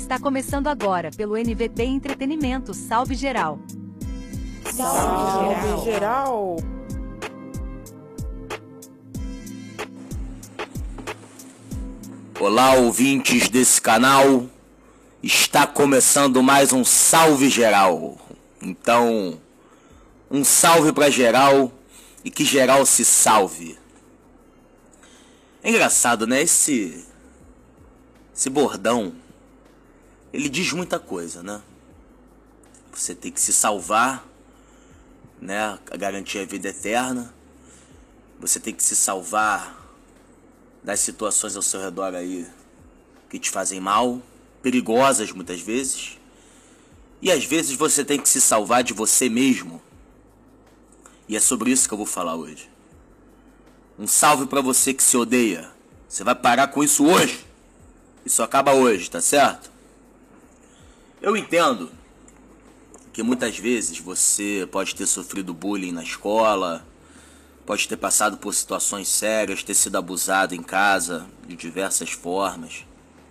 Está começando agora pelo NVT Entretenimento. Salve geral! Salve geral! Olá, ouvintes desse canal. Está começando mais um Salve Geral. Então, um salve pra geral e que geral se salve. É engraçado, né? Esse bordão, ele diz muita coisa, né? Você tem que se salvar, né? Garantir a vida eterna. Você tem que se salvar das situações ao seu redor aí que te fazem mal, perigosas muitas vezes. E às vezes você tem que se salvar de você mesmo. E é sobre isso que eu vou falar hoje. Um salve pra você que se odeia. Você vai parar com isso hoje. Isso acaba hoje, tá certo? Eu entendo que muitas vezes você pode ter sofrido bullying na escola, pode ter passado por situações sérias, ter sido abusado em casa de diversas formas.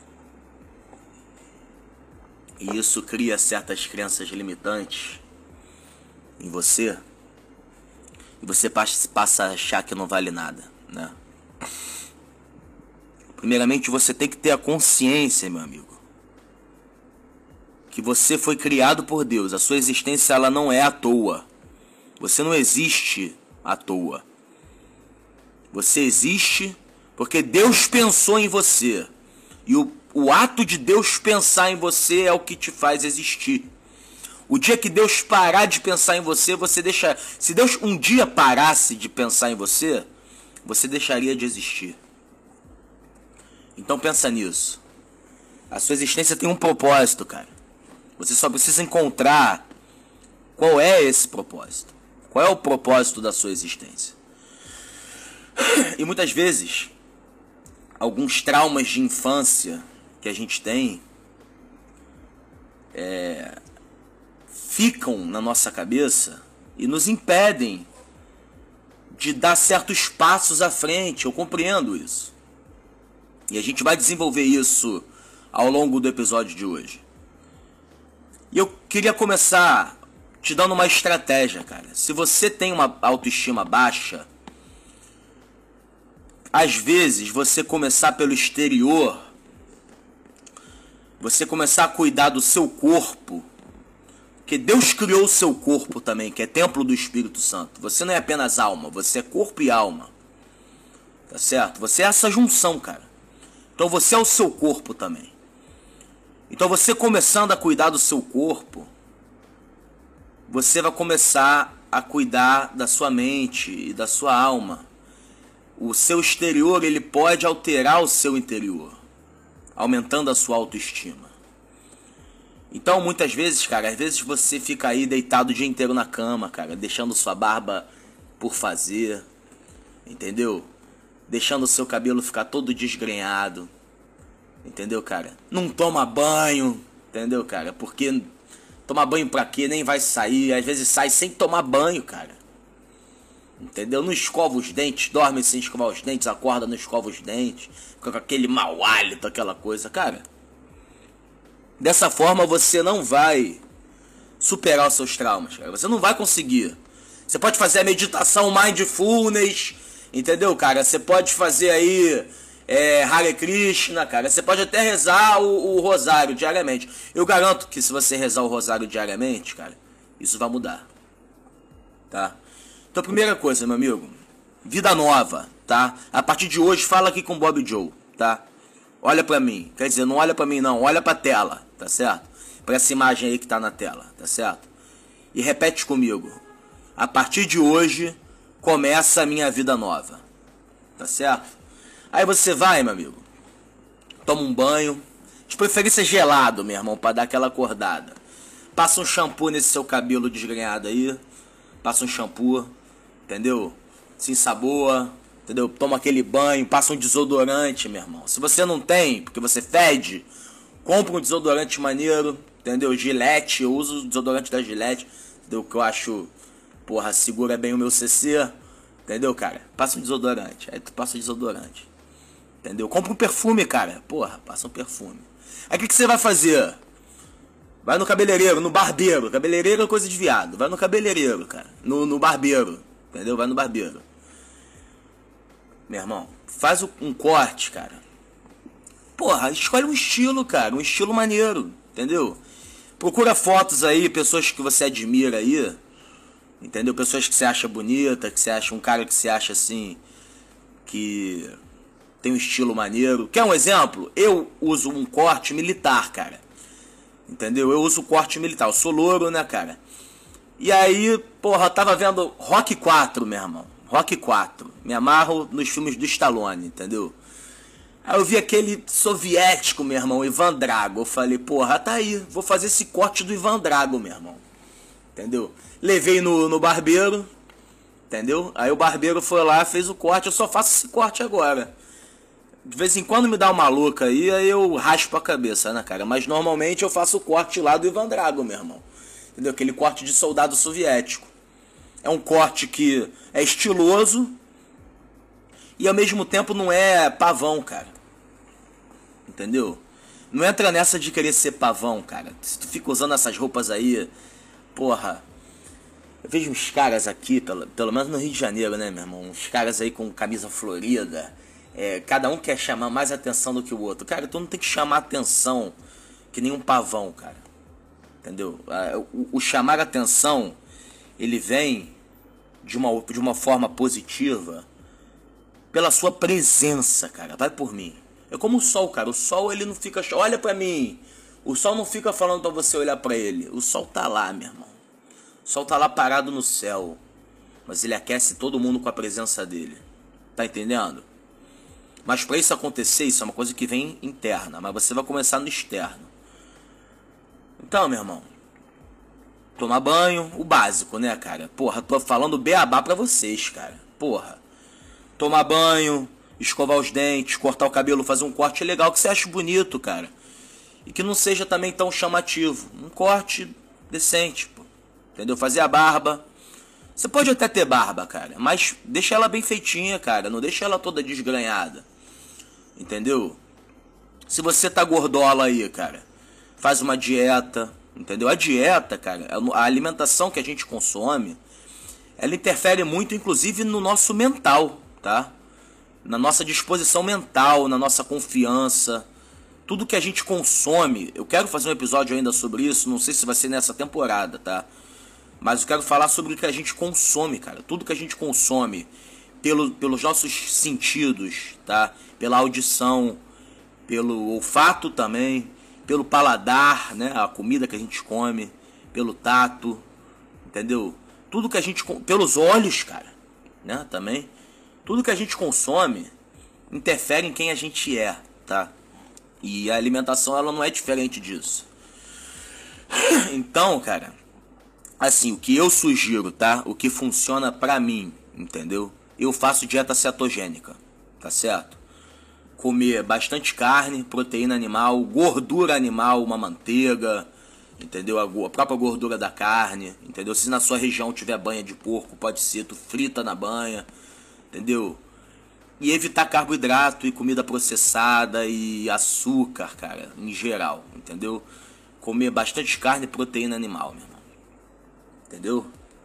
E isso cria certas crenças limitantes em você. E você passa a achar que não vale nada, né? Primeiramente, você tem que ter a consciência, meu amigo, que você foi criado por Deus. A sua existência, ela não é à toa. Você não existe à toa. Você existe porque Deus pensou em você. E o ato de Deus pensar em você é o que te faz existir. O dia que Deus parar de pensar em você, você deixa... Se Deus um dia parasse de pensar em você, você deixaria de existir. Então pensa nisso. A sua existência tem um propósito, cara. Você só precisa encontrar qual é esse propósito. Qual é o propósito da sua existência? E muitas vezes, alguns traumas de infância que a gente tem ficam na nossa cabeça e nos impedem de dar certos passos à frente. Eu compreendo isso. E a gente vai desenvolver isso ao longo do episódio de hoje. E eu queria começar te dando uma estratégia, cara. Se você tem uma autoestima baixa, às vezes você começar pelo exterior, você começar a cuidar do seu corpo, porque Deus criou o seu corpo também, que é templo do Espírito Santo. Você não é apenas alma, você é corpo e alma. Tá certo? Você é essa junção, cara. Então você é o seu corpo também. Então você começando a cuidar do seu corpo, você vai começar a cuidar da sua mente e da sua alma. O seu exterior, ele pode alterar o seu interior, aumentando a sua autoestima. Então, muitas vezes, cara, às vezes você fica aí deitado o dia inteiro na cama, cara, deixando sua barba por fazer, entendeu? Deixando o seu cabelo ficar todo desgrenhado, entendeu, cara? Não toma banho, entendeu, cara? Porque tomar banho pra quê? Nem vai sair, às vezes sai sem tomar banho, cara. Entendeu? Não escova os dentes, dorme sem escovar os dentes, acorda, não escova os dentes, fica com aquele mau hálito, aquela coisa, cara. Dessa forma você não vai superar os seus traumas, cara. Você não vai conseguir. Você pode fazer a meditação mindfulness, entendeu, cara? Você pode fazer aí Hare Krishna, cara. Você pode até rezar o rosário diariamente. Eu garanto que se você rezar o rosário diariamente, cara, isso vai mudar, tá? Então, primeira coisa, meu amigo, vida nova, tá? A partir de hoje, fala aqui com o Bob Joe, tá? Olha pra mim, quer dizer, não olha pra mim não, olha pra tela, tá certo? Pra essa imagem aí que tá na tela, tá certo? E repete comigo, a partir de hoje, começa a minha vida nova, tá certo? Aí você vai, meu amigo, toma um banho, de preferência gelado, meu irmão, pra dar aquela acordada. Passa um shampoo nesse seu cabelo desgrenhado aí, passa um shampoo, entendeu? Se ensaboa, entendeu? Toma aquele banho, passa um desodorante, meu irmão. Se você não tem, porque você fede, compra um desodorante maneiro, entendeu? Gillette, eu uso o desodorante da Gillette, entendeu? Que eu acho, porra, segura bem o meu CC, entendeu, cara? Passa um desodorante, aí tu passa o desodorante, entendeu? Compra um perfume, cara, porra, passa um perfume. Aí o que você vai fazer? Vai no cabeleireiro, no barbeiro. Cabeleireiro é coisa de viado. Vai no cabeleireiro, cara. No barbeiro. Entendeu? Vai no barbeiro. Meu irmão, faz um corte, cara. Porra, escolhe um estilo, cara. Um estilo maneiro. Entendeu? Procura fotos aí, pessoas que você admira aí. Entendeu? Pessoas que você acha bonita, que você acha um cara que você acha assim, que tem um estilo maneiro. Quer um exemplo? Eu uso um corte militar, cara. Entendeu? Eu uso corte militar. Eu sou louro, né, cara? E aí, porra, eu tava vendo Rock 4, meu irmão. Rock 4. Me amarro nos filmes do Stallone, entendeu? Aí eu vi aquele soviético, meu irmão, Ivan Drago. Eu falei, porra, tá aí. Vou fazer esse corte do Ivan Drago, meu irmão. Entendeu? Levei no barbeiro. Entendeu? Aí o barbeiro foi lá, fez o corte. Eu só faço esse corte agora. De vez em quando me dá uma louca aí eu raspo a cabeça, né, cara? Mas normalmente eu faço o corte lá do Ivan Drago, meu irmão. Entendeu? Aquele corte de soldado soviético. É um corte que é estiloso e ao mesmo tempo não é pavão, cara. Entendeu? Não entra nessa de querer ser pavão, cara. Se tu fica usando essas roupas aí, porra. Eu vejo uns caras aqui, pelo menos no Rio de Janeiro, né, meu irmão? Uns caras aí com camisa florida. Cada um quer chamar mais atenção do que o outro. Cara, tu não tem que chamar atenção que nem um pavão, cara. Entendeu? O chamar atenção, ele vem de uma forma positiva pela sua presença, cara. Vai por mim. É como o sol, cara. O sol, ele não fica... Olha pra mim. O sol não fica falando pra você olhar pra ele. O sol tá lá, meu irmão. O sol tá lá parado no céu. Mas ele aquece todo mundo com a presença dele. Tá entendendo? Mas pra isso acontecer, isso é uma coisa que vem interna. Mas você vai começar no externo. Então, meu irmão, tomar banho, o básico, né, cara? Porra, tô falando beabá pra vocês, cara. Porra. Tomar banho, escovar os dentes, cortar o cabelo, fazer um corte legal que você acha bonito, cara. E que não seja também tão chamativo. Um corte decente, pô. Entendeu? Fazer a barba. Você pode até ter barba, cara, mas deixa ela bem feitinha, cara. Não deixa ela toda desgranhada. Entendeu? Se você tá gordola aí, cara, faz uma dieta, entendeu? A dieta, cara, a alimentação que a gente consome, ela interfere muito, inclusive, no nosso mental, tá? Na nossa disposição mental, na nossa confiança. Tudo que a gente consome, eu quero fazer um episódio ainda sobre isso, não sei se vai ser nessa temporada, tá? Mas eu quero falar sobre o que a gente consome, cara. Tudo que a gente consome pelos nossos sentidos, tá? Pela audição, pelo olfato também, pelo paladar, né? A comida que a gente come, pelo tato, entendeu? Tudo que a gente... Pelos olhos, cara, né? Também. Tudo que a gente consome interfere em quem a gente é, tá? E a alimentação, ela não é diferente disso. Então, cara, assim, o que eu sugiro, tá? O que funciona pra mim, entendeu? Eu faço dieta cetogênica, tá certo? Comer bastante carne, proteína animal, gordura animal, uma manteiga, entendeu? A própria gordura da carne, entendeu? Se na sua região tiver banha de porco, pode ser, tu frita na banha, entendeu? E evitar carboidrato e comida processada e açúcar, cara, em geral, entendeu? Comer bastante carne e proteína animal, meu irmão. Entendeu?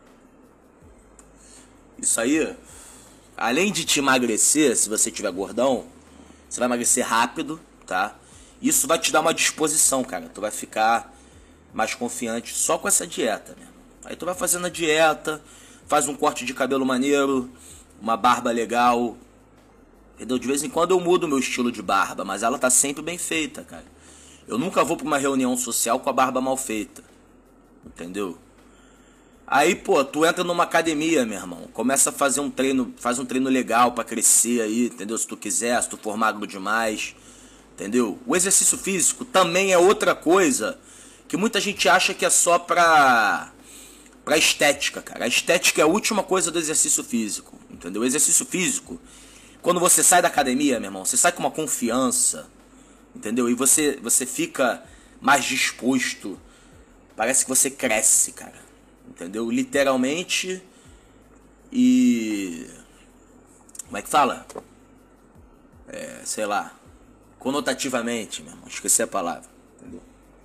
Isso aí, além de te emagrecer, se você tiver gordão, você vai emagrecer rápido, tá? Isso vai te dar uma disposição, cara. Tu vai ficar mais confiante só com essa dieta, meu irmão. Aí tu vai fazendo a dieta, faz um corte de cabelo maneiro, uma barba legal, entendeu? De vez em quando eu mudo o meu estilo de barba, mas ela tá sempre bem feita, cara. Eu nunca vou pra uma reunião social com a barba mal feita, entendeu? Aí, pô, tu entra numa academia, meu irmão. Começa a fazer um treino, faz um treino legal pra crescer aí, entendeu? Se tu quiser, se tu for magro demais, entendeu? O exercício físico também é outra coisa que muita gente acha que é só pra estética, cara. A estética é a última coisa do exercício físico, entendeu? O exercício físico, quando você sai da academia, meu irmão, você sai com uma confiança, entendeu? E você fica mais disposto. Parece que você cresce, cara. Entendeu? Literalmente. E... Como é que fala? Sei lá. Conotativamente, meu irmão. Esqueci a palavra. Entendeu?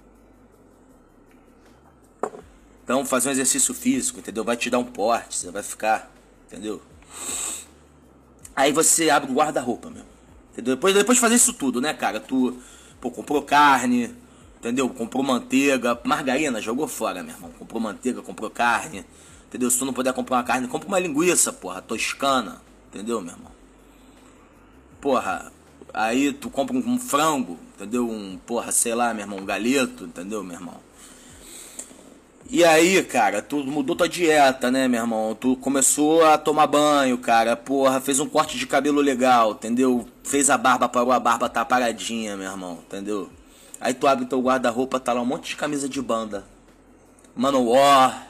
Então, fazer um exercício físico, entendeu? Vai te dar um porte, você vai ficar, entendeu? Aí você abre o guarda-roupa, meu. Entendeu? Depois de fazer isso tudo, né, cara? Tu, pô, comprou carne, entendeu? Comprou manteiga, margarina, jogou fora, meu irmão. Comprou manteiga, comprou carne, entendeu? Se tu não puder comprar uma carne, compra uma linguiça, porra, toscana, entendeu, meu irmão? Porra, aí tu compra um frango, entendeu? Porra, sei lá, meu irmão, um galeto, entendeu, meu irmão? E aí, cara, tu mudou tua dieta, né, meu irmão? Tu começou a tomar banho, cara. Porra, fez um corte de cabelo legal, entendeu? Fez a barba, parou a barba, tá paradinha, meu irmão, entendeu? Aí tu abre teu guarda-roupa, tá lá um monte de camisa de banda. Manowar,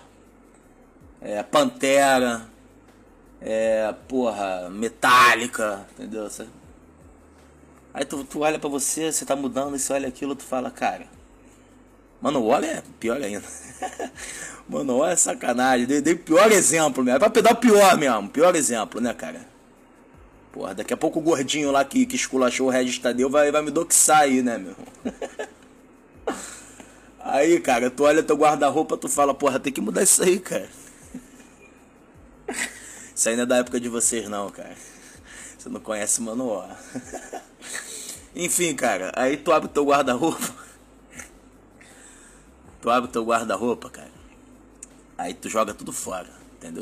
Pantera, porra, Metallica, entendeu? Aí tu olha pra você tá mudando, e você olha aquilo, tu fala, cara... Manowar é pior ainda. Manowar é sacanagem. Dei o pior exemplo mesmo. É pra pegar o pior mesmo. Pior exemplo, né, cara? Porra, daqui a pouco o gordinho lá que esculachou o Regis Tadeu vai me doxar aí, né, meu? Aí, cara, tu olha teu guarda-roupa, tu fala, porra, tem que mudar isso aí, cara. Isso aí não é da época de vocês, não, cara. Você não conhece Manowar. Enfim, cara, aí tu abre teu guarda-roupa. Tu abre o teu guarda-roupa, cara. Aí tu joga tudo fora, entendeu?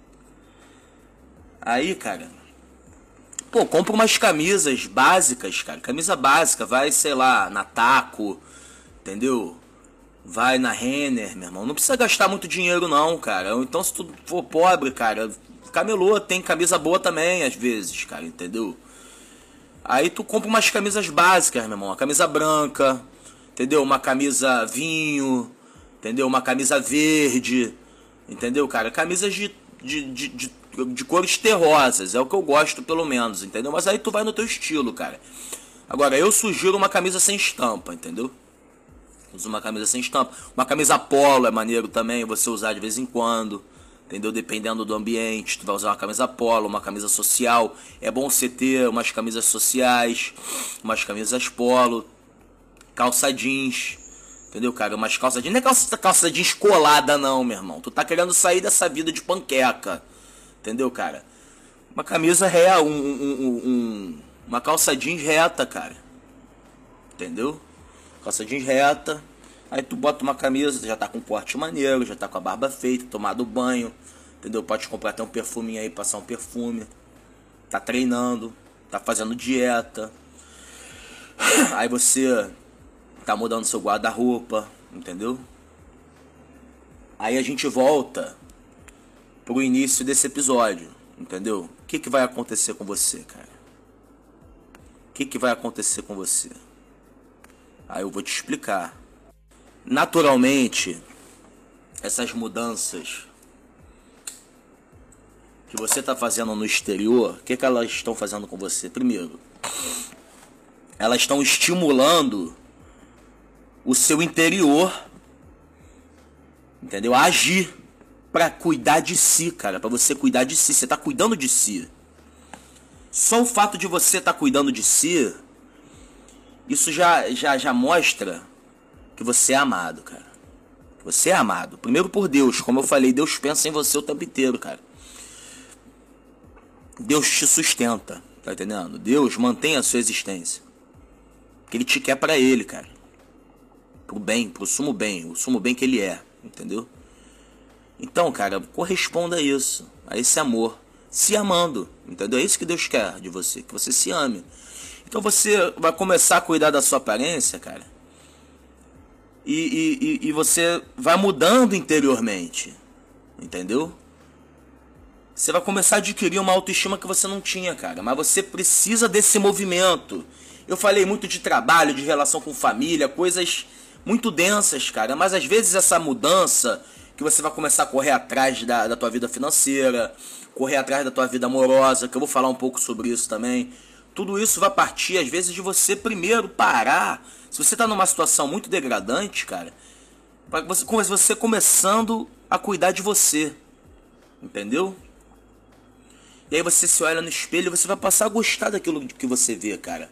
Aí, cara... Pô, compra umas camisas básicas, cara. Camisa básica, vai, sei lá, na Taco, entendeu? Vai na Renner, meu irmão. Não precisa gastar muito dinheiro, não, cara. Então, se tu for pobre, cara... Camelô tem camisa boa também, às vezes, cara, entendeu? Aí tu compra umas camisas básicas, meu irmão. Uma camisa branca... Entendeu? Uma camisa vinho, entendeu? Uma camisa verde, entendeu, cara? Camisas de cores terrosas, é o que eu gosto, pelo menos, entendeu? Mas aí tu vai no teu estilo, cara. Agora, eu sugiro uma camisa sem estampa, entendeu? Usa uma camisa sem estampa. Uma camisa polo é maneiro também, você usar de vez em quando, entendeu? Dependendo do ambiente, tu vai usar uma camisa polo, uma camisa social. É bom você ter umas camisas sociais, umas camisas polo. Calça jeans, entendeu, cara? Umas calça jeans, não é calça jeans colada, não, meu irmão. Tu tá querendo sair dessa vida de panqueca, entendeu, cara? Uma camisa real, uma calça jeans reta, cara. Entendeu? Calça jeans reta. Aí tu bota uma camisa, já tá com corte maneiro, já tá com a barba feita, tomado banho, entendeu? Pode comprar até um perfuminho aí, passar um perfume. Tá treinando, tá fazendo dieta. Aí você... tá mudando seu guarda-roupa, entendeu? Aí a gente volta pro início desse episódio, entendeu? O que vai acontecer com você, cara? O que vai acontecer com você? Aí eu vou te explicar. Naturalmente, essas mudanças que você tá fazendo no exterior, o que elas estão fazendo com você? Primeiro, elas estão estimulando o seu interior, entendeu? A agir pra cuidar de si, cara. Pra você cuidar de si. Você tá cuidando de si. Só o fato de você estar cuidando de si, isso já mostra que você é amado, cara. Você é amado. Primeiro por Deus. Como eu falei, Deus pensa em você o tempo inteiro, cara. Deus te sustenta, tá entendendo? Deus mantém a sua existência. Porque Ele te quer pra Ele, cara. Pro bem, pro sumo bem. O sumo bem que Ele é, entendeu? Então, cara, corresponda a isso. A esse amor. Se amando, entendeu? É isso que Deus quer de você. Que você se ame. Então você vai começar a cuidar da sua aparência, cara. E você vai mudando interiormente. Entendeu? Você vai começar a adquirir uma autoestima que você não tinha, cara. Mas você precisa desse movimento. Eu falei muito de trabalho, de relação com família, coisas muito densas, cara. Mas às vezes essa mudança, que você vai começar a correr atrás da tua vida financeira, correr atrás da tua vida amorosa, que eu vou falar um pouco sobre isso também. Tudo isso vai partir, às vezes, de você primeiro parar. Se você tá numa situação muito degradante, cara, você começando a cuidar de você. Entendeu? E aí você se olha no espelho e você vai passar a gostar daquilo que você vê, cara.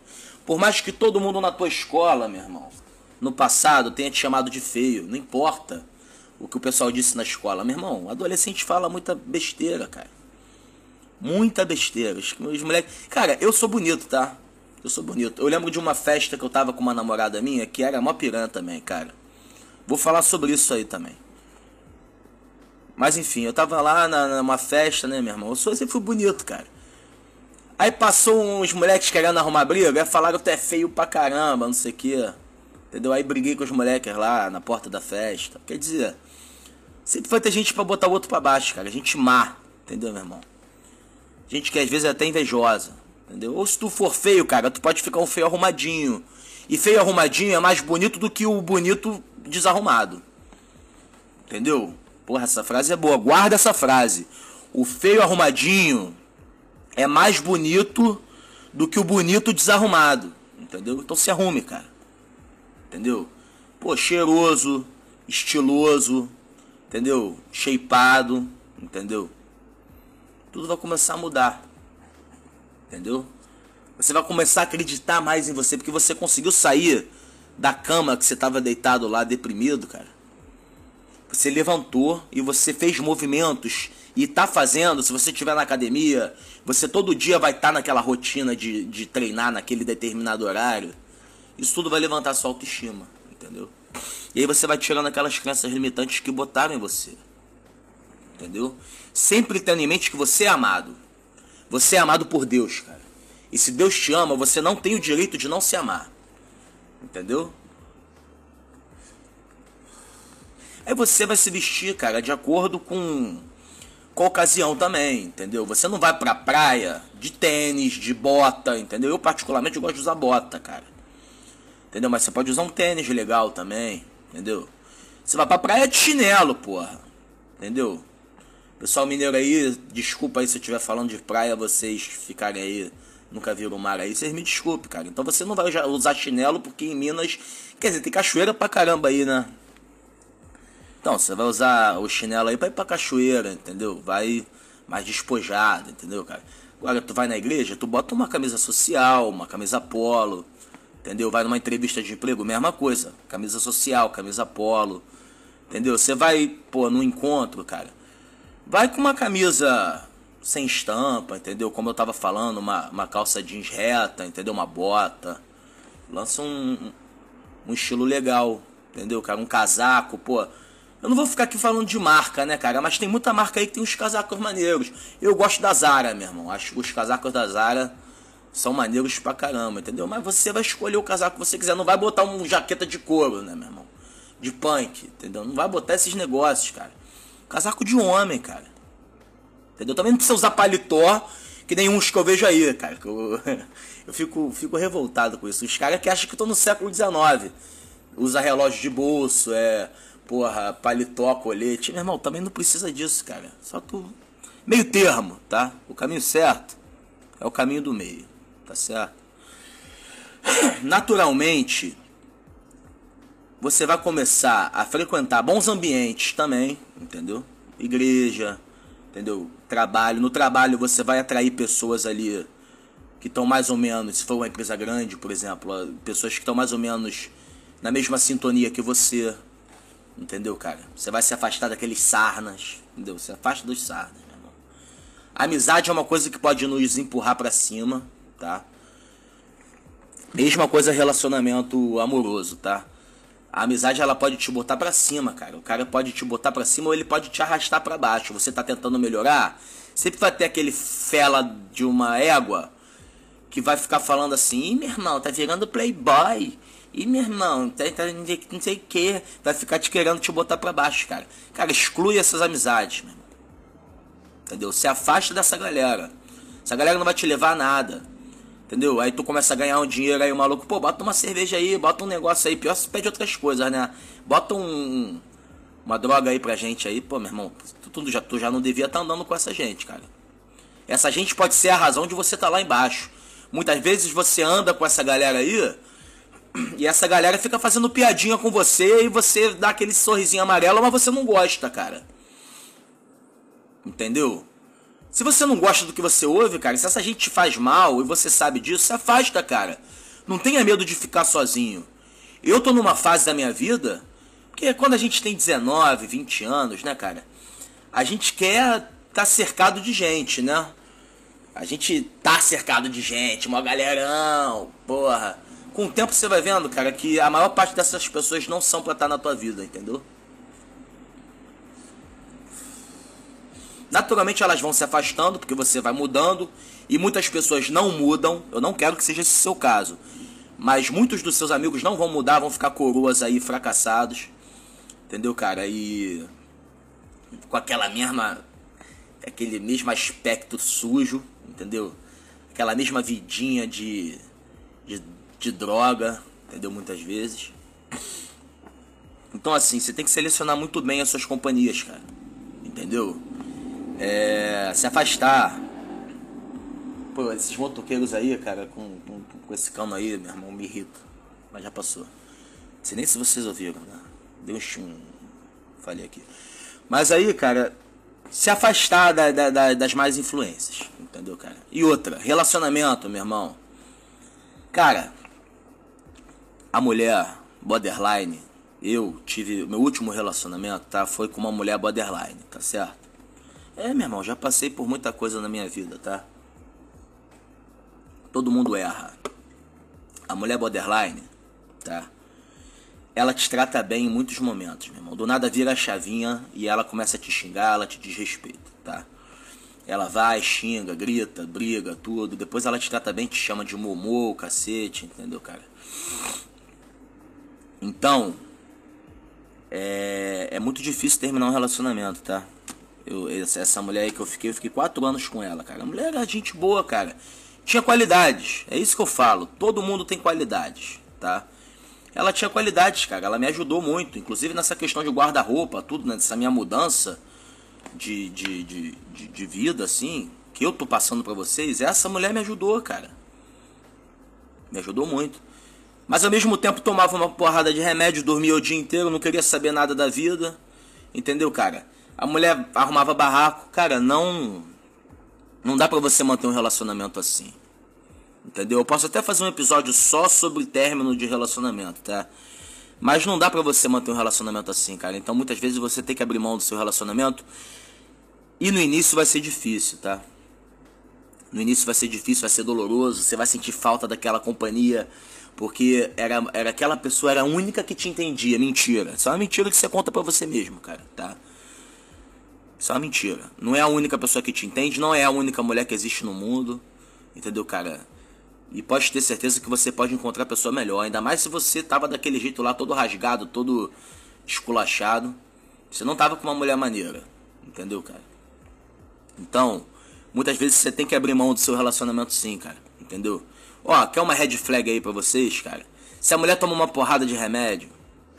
Por mais que todo mundo na tua escola, meu irmão, no passado tenha te chamado de feio, não importa o que o pessoal disse na escola. Meu irmão, adolescente fala muita besteira, cara. Muita besteira. Os moleques... Cara, eu sou bonito, tá? Eu sou bonito. Eu lembro de uma festa que eu tava com uma namorada minha que era mó piranha também, cara. Vou falar sobre isso aí também. Mas enfim, eu tava lá numa festa, né, meu irmão? Eu sempre fui bonito, cara. Aí passou uns moleques querendo arrumar briga, aí falaram que tu é feio pra caramba, não sei o que. Entendeu? Aí briguei com os moleques lá na porta da festa. Quer dizer, sempre vai ter gente pra botar o outro pra baixo, cara. Gente má, entendeu, meu irmão? Gente que às vezes é até invejosa, entendeu? Ou se tu for feio, cara, tu pode ficar um feio arrumadinho. E feio arrumadinho é mais bonito do que o bonito desarrumado. Entendeu? Porra, essa frase é boa. Guarda essa frase. O feio arrumadinho é mais bonito do que o bonito desarrumado. Entendeu? Então se arrume, cara. Entendeu? Pô, cheiroso, estiloso, entendeu? Shapeado, entendeu? Tudo vai começar a mudar. Entendeu? Você vai começar a acreditar mais em você, porque você conseguiu sair da cama que você estava deitado lá, deprimido, cara. Você levantou e você fez movimentos e tá fazendo. Se você estiver na academia, você todo dia vai estar naquela rotina de treinar naquele determinado horário. Isso tudo vai levantar sua autoestima, entendeu? E aí você vai tirando aquelas crenças limitantes que botaram em você, entendeu? Sempre tendo em mente que você é amado. Você é amado por Deus, cara. E se Deus te ama, você não tem o direito de não se amar, entendeu? Aí você vai se vestir, cara, de acordo com a ocasião também, entendeu? Você não vai pra praia de tênis, de bota, entendeu? Eu particularmente gosto de usar bota, cara. Entendeu? Mas você pode usar um tênis legal também, entendeu? Você vai pra praia de chinelo, porra. Entendeu? Pessoal mineiro aí, desculpa aí se eu estiver falando de praia, vocês ficarem aí, nunca viram o mar aí, vocês me desculpem, cara. Então você não vai usar chinelo porque em Minas, quer dizer, tem cachoeira pra caramba aí, né? Então, você vai usar o chinelo aí pra ir pra cachoeira, entendeu? Vai mais despojado, entendeu, cara? Agora, tu vai na igreja, tu bota uma camisa social, uma camisa polo, entendeu? Vai numa entrevista de emprego, mesma coisa. Camisa social, camisa polo, entendeu? Você vai, pô, num encontro, cara. Vai com uma camisa sem estampa, entendeu? Como eu tava falando, uma calça jeans reta, entendeu? Uma bota. Lança um estilo legal, entendeu, cara? Um casaco, pô... Eu não vou ficar aqui falando de marca, né, cara? Mas tem muita marca aí que tem uns casacos maneiros. Eu gosto da Zara, meu irmão. Acho que os casacos da Zara são maneiros pra caramba, entendeu? Mas você vai escolher o casaco que você quiser. Não vai botar um jaqueta de couro, né, meu irmão? De punk, entendeu? Não vai botar esses negócios, cara. Casaco de homem, cara. Entendeu? Também não precisa usar paletó, que nem uns que eu vejo aí, cara. Eu fico revoltado com isso. Os caras que acham que estão no século XIX. Usa relógio de bolso, porra, paletó, colete. Meu irmão, também não precisa disso, cara. Só tu... Meio termo, tá? O caminho certo é o caminho do meio, tá certo? Naturalmente, você vai começar a frequentar bons ambientes também, entendeu? Igreja, entendeu? Trabalho. No trabalho você vai atrair pessoas ali que estão mais ou menos, se for uma empresa grande, por exemplo, pessoas que estão mais ou menos na mesma sintonia que você. Entendeu, cara? Você vai se afastar daqueles sarnas, entendeu? Se afasta dos sarnas, meu irmão. A amizade é uma coisa que pode nos empurrar pra cima, tá? Mesma coisa relacionamento amoroso, tá? A amizade, ela pode te botar pra cima, cara. O cara pode te botar pra cima ou ele pode te arrastar pra baixo. Você tá tentando melhorar, sempre vai ter aquele fela de uma égua que vai ficar falando assim: ih, meu irmão, tá virando playboy. Ih, meu irmão, não sei o que. Vai ficar te querendo te botar pra baixo, cara. Cara, exclui essas amizades, meu irmão. Entendeu? Se afasta dessa galera. Essa galera não vai te levar a nada. Entendeu? Aí tu começa a ganhar um dinheiro aí, o maluco, pô, bota uma cerveja aí, bota um negócio aí. Pior se pede outras coisas, né? Bota uma droga aí pra gente aí. Pô, meu irmão, tu já não devia estar andando com essa gente, cara. Essa gente pode ser a razão de você estar lá embaixo. Muitas vezes você anda com essa galera aí e essa galera fica fazendo piadinha com você e você dá aquele sorrisinho amarelo, mas você não gosta, cara. Entendeu? Se você não gosta do que você ouve, cara, se essa gente te faz mal e você sabe disso, se afasta, cara. Não tenha medo de ficar sozinho. Eu tô numa fase da minha vida, porque quando a gente tem 19, 20 anos, né, cara? A gente quer tá cercado de gente, né? A gente tá cercado de gente, mó galerão, porra. Com o tempo você vai vendo, cara, que a maior parte dessas pessoas não são pra estar na tua vida, entendeu? Naturalmente elas vão se afastando, porque você vai mudando. E muitas pessoas não mudam. Eu não quero que seja esse seu caso. Mas muitos dos seus amigos não vão mudar, vão ficar coroas aí, fracassados. Entendeu, cara? E com aquele mesmo aspecto sujo, entendeu? Aquela mesma vidinha de droga, entendeu? Muitas vezes. Então assim, você tem que selecionar muito bem as suas companhias, cara. Entendeu? Se afastar. Pô, esses motoqueiros aí, cara, com esse cano aí, meu irmão, me irrita. Mas já passou. Não sei nem se vocês ouviram, né? Deu falei aqui. Mas aí, cara, se afastar das más influências, entendeu, cara? E outra, relacionamento, meu irmão. Cara, a mulher borderline, eu tive, meu último relacionamento, tá? Foi com uma mulher borderline, tá certo? Meu irmão, já passei por muita coisa na minha vida, tá? Todo mundo erra. A mulher borderline, tá? Ela te trata bem em muitos momentos, meu irmão. Do nada vira a chavinha e ela começa a te xingar, ela te desrespeita, tá? Ela vai, xinga, grita, briga, tudo. Depois ela te trata bem, te chama de momô, cacete, entendeu, cara? Então, é muito difícil terminar um relacionamento, tá? Essa mulher aí que eu fiquei 4 anos com ela, cara. A mulher era gente boa, cara. Tinha qualidades, é isso que eu falo. Todo mundo tem qualidades, tá? Ela tinha qualidades, cara. Ela me ajudou muito, inclusive nessa questão de guarda-roupa, tudo, nessa minha mudança de vida, assim, que eu tô passando pra vocês. Essa mulher me ajudou, cara. Me ajudou muito. Mas ao mesmo tempo tomava uma porrada de remédio, dormia o dia inteiro, não queria saber nada da vida. Entendeu, cara? A mulher arrumava barraco. Cara, não dá pra você manter um relacionamento assim. Entendeu? Eu posso até fazer um episódio só sobre término de relacionamento, tá? Mas não dá pra você manter um relacionamento assim, cara. Então muitas vezes você tem que abrir mão do seu relacionamento. E no início vai ser difícil, tá? No início vai ser difícil, vai ser doloroso. Você vai sentir falta daquela companhia. Porque era aquela pessoa, era a única que te entendia. Mentira. Isso é uma mentira que você conta pra você mesmo, cara, tá? Isso é uma mentira. Não é a única pessoa que te entende. Não é a única mulher que existe no mundo. Entendeu, cara? E pode ter certeza que você pode encontrar a pessoa melhor. Ainda mais se você tava daquele jeito lá, todo rasgado, todo esculachado. Você não tava com uma mulher maneira. Entendeu, cara? Então, muitas vezes você tem que abrir mão do seu relacionamento sim, cara. Entendeu? Ó, quer uma red flag aí pra vocês, cara? Se a mulher toma uma porrada de remédio,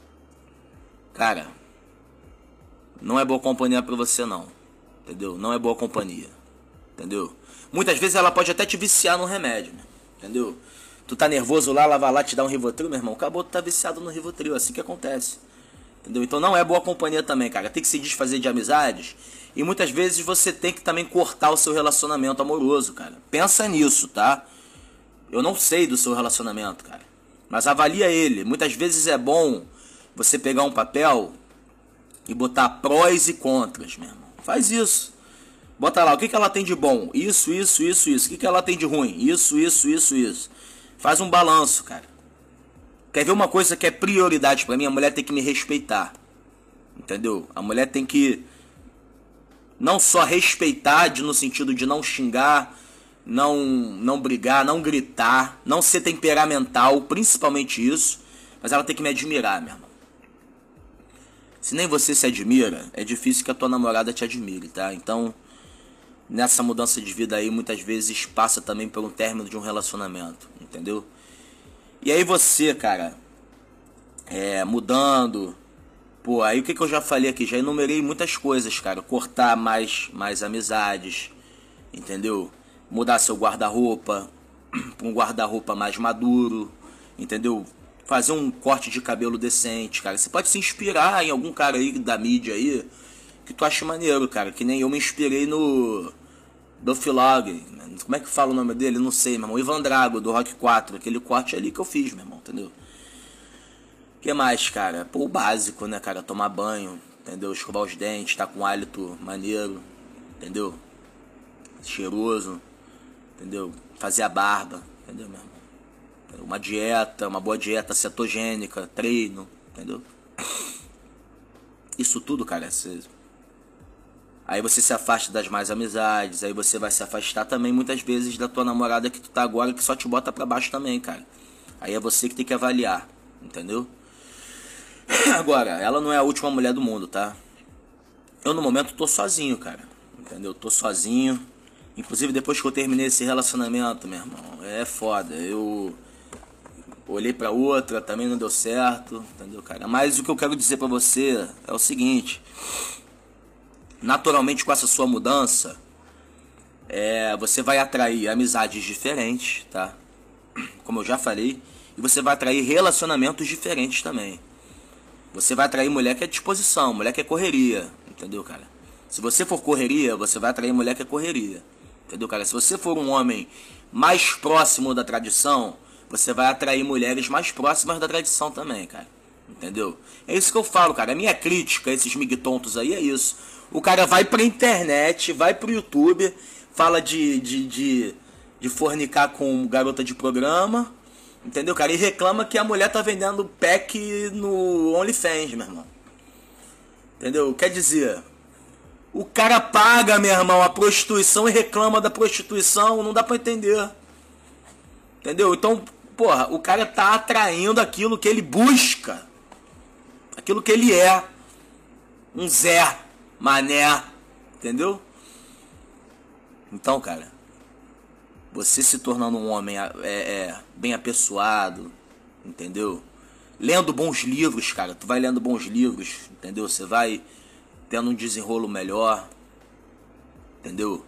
cara, não é boa companhia pra você não. Entendeu? Não é boa companhia. Entendeu? Muitas vezes ela pode até te viciar no remédio, né? Entendeu? Tu tá nervoso lá, ela vai lá te dar um Rivotril, meu irmão. Acabou, tu tá viciado no Rivotril, assim que acontece. Entendeu? Então não é boa companhia também, cara. Tem que se desfazer de amizades. E muitas vezes você tem que também cortar o seu relacionamento amoroso, cara. Pensa nisso, tá? Eu não sei do seu relacionamento, cara. Mas avalia ele. Muitas vezes é bom você pegar um papel e botar prós e contras, meu irmão. Faz isso. Bota lá, o que ela tem de bom? Isso. O que ela tem de ruim? Isso. Faz um balanço, cara. Quer ver uma coisa que é prioridade pra mim? A mulher tem que me respeitar. Entendeu? A mulher tem que não só respeitar no sentido de não xingar, não brigar, não gritar, não ser temperamental, principalmente isso. Mas ela tem que me admirar, meu irmão. Se nem você se admira, é difícil que a tua namorada te admire, tá? Então, nessa mudança de vida aí, muitas vezes passa também por um término de um relacionamento, entendeu? E aí você, cara, mudando, pô, aí o que eu já falei aqui? Já enumerei muitas coisas, cara. Cortar mais amizades, entendeu? Mudar seu guarda-roupa pra um guarda-roupa mais maduro, entendeu? Fazer um corte de cabelo decente, cara. Você pode se inspirar em algum cara aí da mídia aí que tu acha maneiro, cara. Que nem eu me inspirei no Dolph Lundgren, como é que fala o nome dele? Não sei, meu irmão. Ivan Drago, do Rock 4, aquele corte ali que eu fiz, meu irmão, entendeu? O que mais, cara? Pô, o básico, né, cara? Tomar banho, entendeu? Escovar os dentes, tá com hálito maneiro, entendeu? Cheiroso, entendeu? Fazer a barba, entendeu, meu irmão? Uma dieta, uma boa dieta cetogênica, treino, entendeu? Isso tudo, cara, aí você se afasta das más amizades, aí você vai se afastar também muitas vezes da tua namorada que tu tá agora, que só te bota pra baixo também, cara. Aí é você que tem que avaliar, entendeu? Agora, ela não é a última mulher do mundo, tá? Eu no momento tô sozinho, cara, entendeu? Tô sozinho. Inclusive depois que eu terminei esse relacionamento, meu irmão, é foda. Eu olhei pra outra, também não deu certo, entendeu, cara? Mas o que eu quero dizer pra você é o seguinte: naturalmente, com essa sua mudança, você vai atrair amizades diferentes, tá? Como eu já falei. E você vai atrair relacionamentos diferentes também. Você vai atrair mulher que é disposição, mulher que é correria, entendeu, cara? Se você for correria, você vai atrair mulher que é correria, entendeu, cara? Se você for um homem mais próximo da tradição, você vai atrair mulheres mais próximas da tradição também, cara. Entendeu? É isso que eu falo, cara. A minha crítica a esses migtontos aí é isso. O cara vai pra internet, vai pro YouTube, fala de fornicar com garota de programa, entendeu, cara? E reclama que a mulher tá vendendo pack no OnlyFans, meu irmão. Entendeu? Quer dizer, o cara paga, meu irmão, a prostituição e reclama da prostituição, não dá pra entender. Entendeu? Então, porra, o cara tá atraindo aquilo que ele busca. Aquilo que ele é. Um Zé Mané. Entendeu? Então, cara, você se tornando um homem bem apessoado, entendeu? Lendo bons livros, cara. Tu vai lendo bons livros, entendeu? Você vai tendo um desenrolo melhor, entendeu?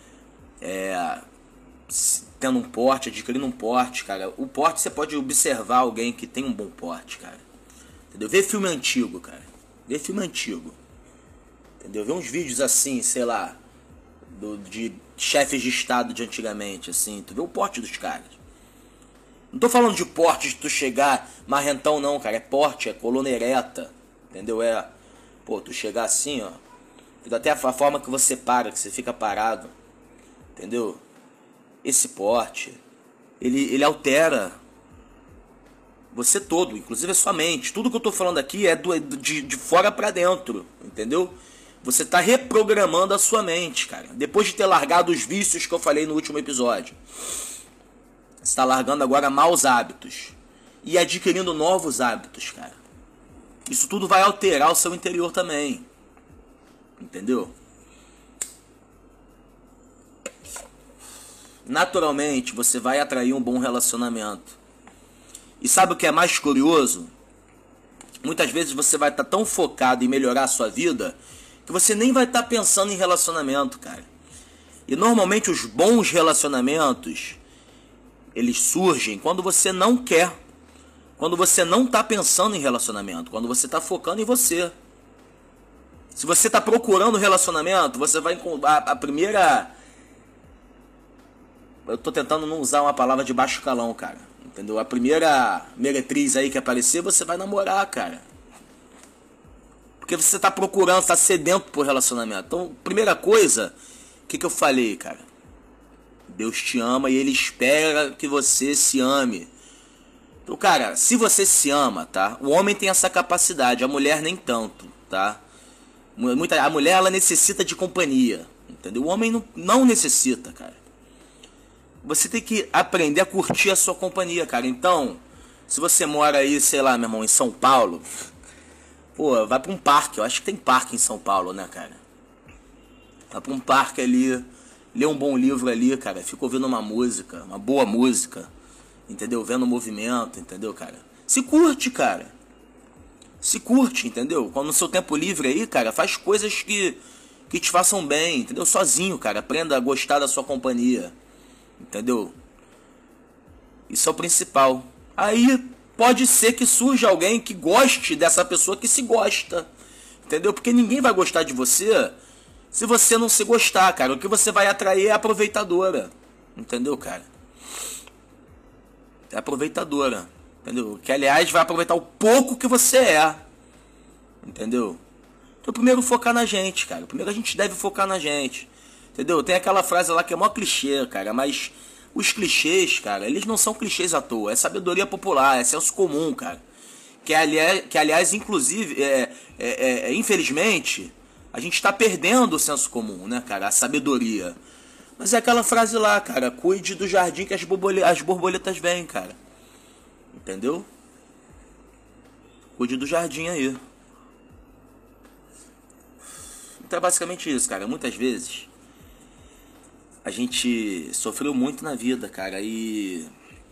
Tendo um porte, adquirindo um porte, cara. O porte você pode observar alguém que tem um bom porte, cara. Entendeu? Vê filme antigo, cara. Vê filme antigo. Entendeu? Vê uns vídeos assim, sei lá, de chefes de estado de antigamente, assim. Tu vê o porte dos caras. Não tô falando de porte de tu chegar marrentão, não, cara. É porte, é coluna ereta. Entendeu? Pô, tu chegar assim, ó. Até a forma que você para, que você fica parado. Entendeu? Esse porte, ele altera você todo, inclusive a sua mente. Tudo que eu tô falando aqui é de fora pra dentro, entendeu? Você tá reprogramando a sua mente, cara. Depois de ter largado os vícios que eu falei no último episódio. Você tá largando agora maus hábitos. E adquirindo novos hábitos, cara. Isso tudo vai alterar o seu interior também. Entendeu? Naturalmente, você vai atrair um bom relacionamento. E sabe o que é mais curioso? Muitas vezes você vai estar tão focado em melhorar a sua vida que você nem vai estar pensando em relacionamento, cara. E normalmente os bons relacionamentos, eles surgem quando você não quer. Quando você não está pensando em relacionamento. Quando você está focando em você. Se você está procurando relacionamento, você vai encontrar a primeira... Eu tô tentando não usar uma palavra de baixo calão, cara. Entendeu? A primeira meretriz aí que aparecer, você vai namorar, cara. Porque você tá procurando, tá sedento por relacionamento. Então, primeira coisa, o que eu falei, cara? Deus te ama e Ele espera que você se ame. Então, cara, se você se ama, tá? O homem tem essa capacidade, a mulher nem tanto, tá? A mulher, ela necessita de companhia, entendeu? O homem não necessita, cara. Você tem que aprender a curtir a sua companhia, cara. Então, se você mora aí, sei lá, meu irmão, em São Paulo, pô, vai pra um parque. Eu acho que tem parque em São Paulo, né, cara? Vai pra um parque ali, lê um bom livro ali, cara. Fica ouvindo uma música, uma boa música, entendeu? Vendo o movimento, entendeu, cara? Se curte, cara. Se curte, entendeu? Quando no seu tempo livre aí, cara, faz coisas que te façam bem, entendeu? Sozinho, cara. Aprenda a gostar da sua companhia. Entendeu? Isso é o principal. Aí pode ser que surja alguém que goste dessa pessoa que se gosta. Entendeu? Porque ninguém vai gostar de você Se você não se gostar, cara, o que você vai atrair é aproveitadora. Entendeu, cara? É aproveitadora. Entendeu? Que, aliás, vai aproveitar o pouco que você é. Entendeu? Então, primeiro focar na gente, cara. Primeiro a gente deve focar na gente. Entendeu? Tem aquela frase lá que é mó clichê, cara. Mas os clichês, cara, eles não são clichês à toa. É sabedoria popular, é senso comum, cara. Que aliás inclusive, infelizmente, a gente está perdendo o senso comum, né, cara? A sabedoria. Mas é aquela frase lá, cara. Cuide do jardim que as borboletas vêm, cara. Entendeu? Cuide do jardim aí. Então é basicamente isso, cara. Muitas vezes a gente sofreu muito na vida, cara. E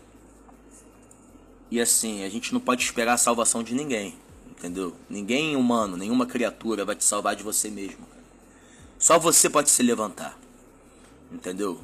assim, a gente não pode esperar a salvação de ninguém. Entendeu? Ninguém humano, nenhuma criatura vai te salvar de você mesmo, cara. Só você pode se levantar. Entendeu?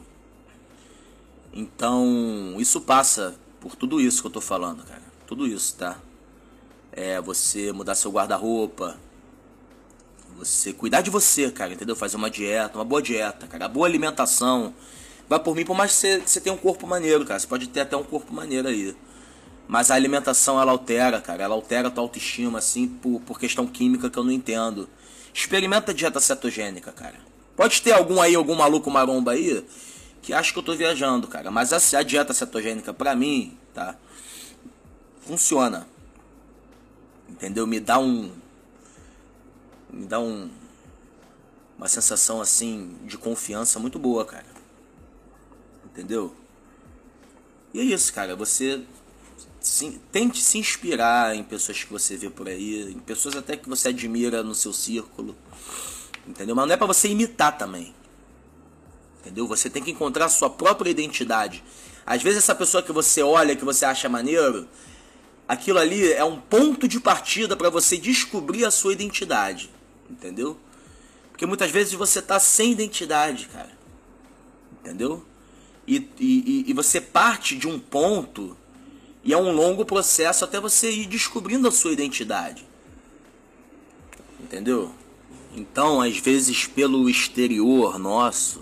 Então, isso passa por tudo isso que eu tô falando, cara. Tudo isso, tá? É você mudar seu guarda-roupa. Você cuidar de você, cara, entendeu? Fazer uma dieta, uma boa dieta, cara. A boa alimentação. Vai por mim, por mais que você tenha um corpo maneiro, cara. Você pode ter até um corpo maneiro aí. Mas a alimentação, ela altera, cara. Ela altera a tua autoestima, assim, por questão química que eu não entendo. Experimenta a dieta cetogênica, cara. Pode ter algum maluco maromba aí que acha que eu tô viajando, cara. Mas a dieta cetogênica, pra mim, tá? Funciona. Entendeu? Me dá uma sensação, assim, de confiança muito boa, cara. Entendeu? E é isso, cara. Você tente se inspirar em pessoas que você vê por aí, em pessoas até que você admira no seu círculo. Entendeu? Mas não é pra você imitar também. Entendeu? Você tem que encontrar a sua própria identidade. Às vezes essa pessoa que você olha, que você acha maneiro, aquilo ali é um ponto de partida para você descobrir a sua identidade. Entendeu? Porque muitas vezes você tá sem identidade, cara. Entendeu? E você parte de um ponto e é um longo processo até você ir descobrindo a sua identidade. Entendeu? Então, às vezes, pelo exterior nosso,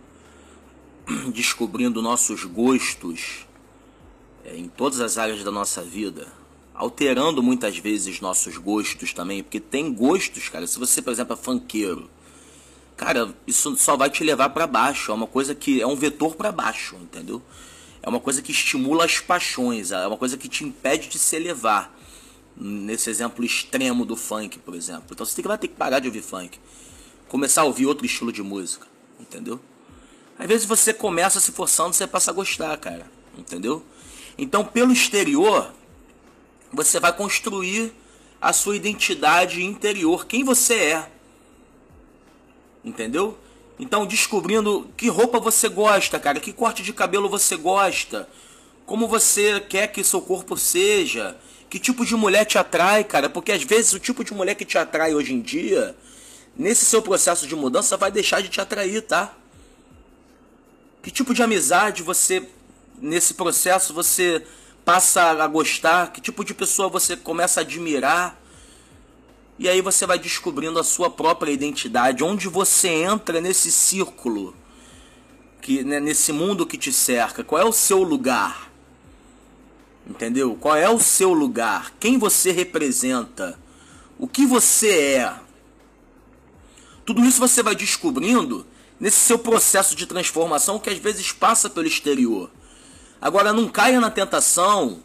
descobrindo nossos gostos em todas as áreas da nossa vida, alterando muitas vezes nossos gostos também, porque tem gostos, cara. Se você, por exemplo, é funkeiro, cara, isso só vai te levar para baixo. É uma coisa que é um vetor para baixo, entendeu? É uma coisa que estimula as paixões, é uma coisa que te impede de se elevar. Nesse exemplo extremo do funk, por exemplo. Então você vai ter que parar de ouvir funk, começar a ouvir outro estilo de música, entendeu? Às vezes você começa se forçando, você passa a gostar, cara, entendeu? Então pelo exterior você vai construir a sua identidade interior, quem você é, entendeu? Então descobrindo que roupa você gosta, cara, que corte de cabelo você gosta, como você quer que seu corpo seja, que tipo de mulher te atrai, cara, porque às vezes o tipo de mulher que te atrai hoje em dia, nesse seu processo de mudança, vai deixar de te atrair, tá? Que tipo de amizade você, nesse processo, você passa a gostar, que tipo de pessoa você começa a admirar, e aí você vai descobrindo a sua própria identidade, onde você entra nesse círculo, nesse mundo que te cerca, qual é o seu lugar? Entendeu? Qual é o seu lugar? Quem você representa? O que você é? Tudo isso você vai descobrindo nesse seu processo de transformação que às vezes passa pelo exterior. Agora não caia na tentação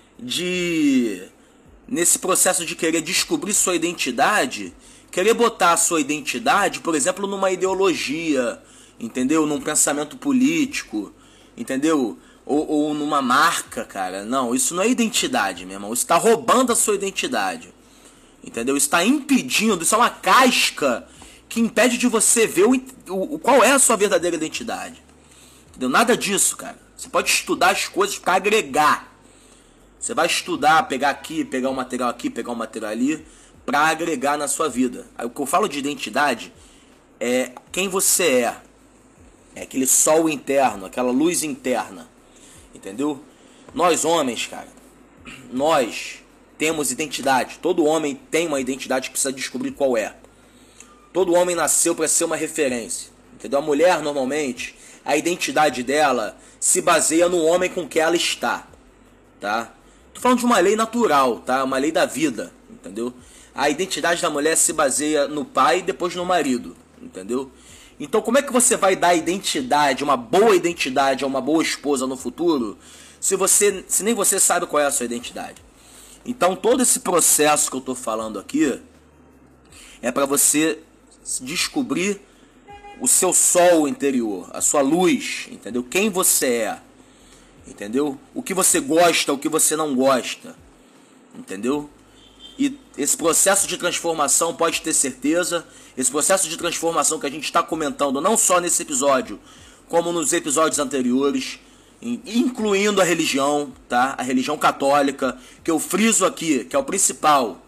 de, nesse processo de querer descobrir sua identidade, querer botar a sua identidade, por exemplo, numa ideologia, entendeu? Num pensamento político, entendeu? Ou numa marca, cara. Não, isso não é identidade, meu irmão. Isso está roubando a sua identidade. Entendeu? Isso está impedindo, isso é uma casca que impede de você ver qual é a sua verdadeira identidade. Entendeu? Nada disso, cara. Você pode estudar as coisas para agregar. Você vai estudar, pegar aqui, pegar um material aqui, pegar um material ali, para agregar na sua vida. Aí, o que eu falo de identidade é quem você é. É aquele sol interno, aquela luz interna. Entendeu? Nós homens, cara, nós temos identidade. Todo homem tem uma identidade que precisa descobrir qual é. Todo homem nasceu para ser uma referência, entendeu? A mulher, normalmente, a identidade dela se baseia no homem com que ela está, tá? Tô falando de uma lei natural, tá? Uma lei da vida, entendeu? A identidade da mulher se baseia no pai e depois no marido, entendeu? Então como é que você vai dar identidade, uma boa identidade a uma boa esposa no futuro, se nem você sabe qual é a sua identidade? Então todo esse processo que eu tô falando aqui é para você descobrir o seu sol interior, a sua luz, entendeu? Quem você é, entendeu? O que você gosta, o que você não gosta, entendeu? E esse processo de transformação, pode ter certeza, esse processo de transformação que a gente está comentando, não só nesse episódio, como nos episódios anteriores, incluindo a religião, tá? A religião católica, que eu friso aqui, que é o principal,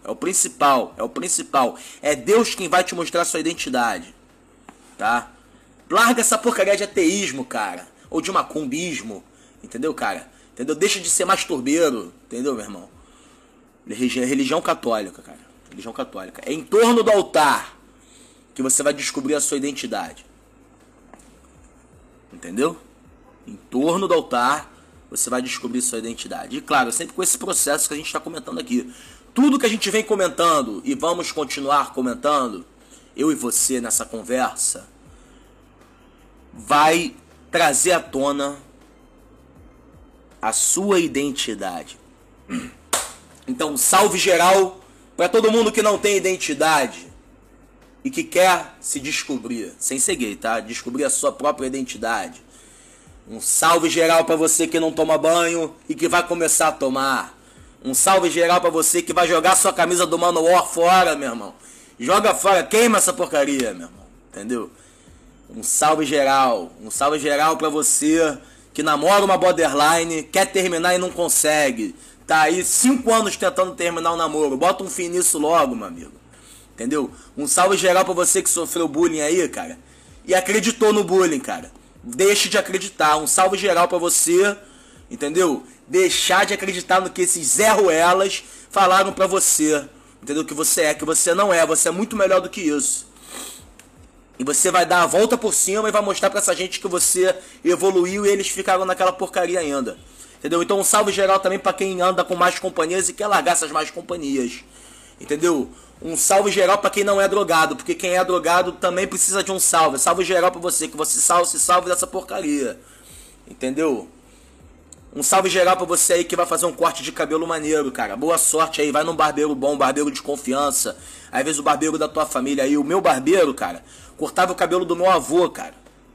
é Deus quem vai te mostrar a sua identidade, tá? Larga essa porcaria de ateísmo, cara, ou de macumbismo, entendeu, cara? Entendeu? Deixa de ser masturbeiro, entendeu, meu irmão? Religião católica, cara. Religião católica. É em torno do altar que você vai descobrir a sua identidade. Entendeu? Em torno do altar você vai descobrir a sua identidade. E claro, sempre com esse processo que a gente está comentando aqui. Tudo que a gente vem comentando e vamos continuar comentando, eu e você nessa conversa, vai trazer à tona a sua identidade. Então, salve geral para todo mundo que não tem identidade e que quer se descobrir, sem ser gay, tá? Descobrir a sua própria identidade. Um salve geral para você que não toma banho e que vai começar a tomar. Um salve geral para você que vai jogar sua camisa do Manowar fora, meu irmão. Joga fora, queima essa porcaria, meu irmão. Entendeu? Um salve geral para você que namora uma borderline, quer terminar e não consegue. Tá aí 5 anos tentando terminar o namoro. Bota um fim nisso logo, meu amigo. Entendeu? Um salve geral pra você que sofreu bullying aí, cara. E acreditou no bullying, cara. Deixe de acreditar. Um salve geral pra você. Entendeu? Deixar de acreditar no que esses Zé Ruelas falaram pra você. Entendeu? Que você é, que você não é. Você é muito melhor do que isso. E você vai dar a volta por cima e vai mostrar pra essa gente que você evoluiu e eles ficaram naquela porcaria ainda. Entendeu? Então um salve geral também pra quem anda com mais companhias e quer largar essas mais companhias. Entendeu? Um salve geral pra quem não é drogado, porque quem é drogado também precisa de um salve. Salve geral pra você, que você se salve dessa porcaria. Entendeu? Um salve geral pra você aí que vai fazer um corte de cabelo maneiro, cara. Boa sorte aí, vai num barbeiro bom, barbeiro de confiança. Às vezes o barbeiro da tua família aí. O meu barbeiro, cara, cortava o cabelo do meu avô, cara.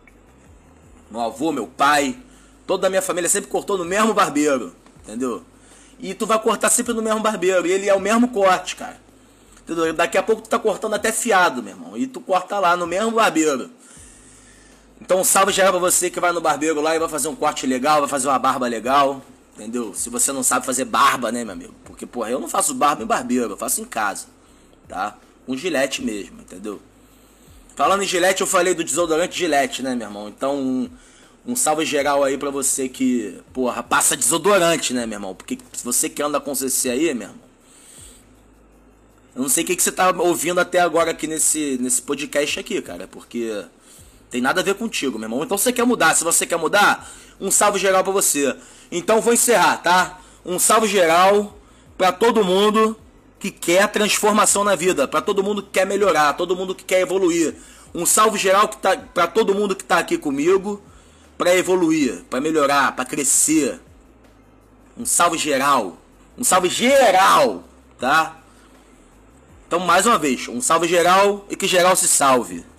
Meu avô, meu pai, toda a minha família sempre cortou no mesmo barbeiro, entendeu? E tu vai cortar sempre no mesmo barbeiro, e ele é o mesmo corte, cara. Entendeu? Daqui a pouco tu tá cortando até fiado, meu irmão, e tu corta lá no mesmo barbeiro. Então um salve geral pra você que vai no barbeiro lá e vai fazer um corte legal, vai fazer uma barba legal, entendeu? Se você não sabe fazer barba, né, meu amigo? Porque, porra, eu não faço barba em barbeiro, eu faço em casa, tá? Um Gillette mesmo, entendeu? Falando em Gillette, eu falei do desodorante Gillette, né, meu irmão? Então, um salve geral aí pra você que, porra, passa desodorante, né, meu irmão? Porque se você que anda com CC aí, meu irmão, eu não sei o que você tá ouvindo até agora aqui nesse podcast aqui, cara, porque tem nada a ver contigo, meu irmão. Então você quer mudar, se você quer mudar, um salve geral pra você. Então vou encerrar, tá? Um salve geral pra todo mundo que quer transformação na vida, pra todo mundo que quer melhorar, todo mundo que quer evoluir. Um salve geral que tá, pra todo mundo que tá aqui comigo, pra evoluir, pra melhorar, pra crescer. Um salve geral, tá? Então mais uma vez, um salve geral e que geral se salve.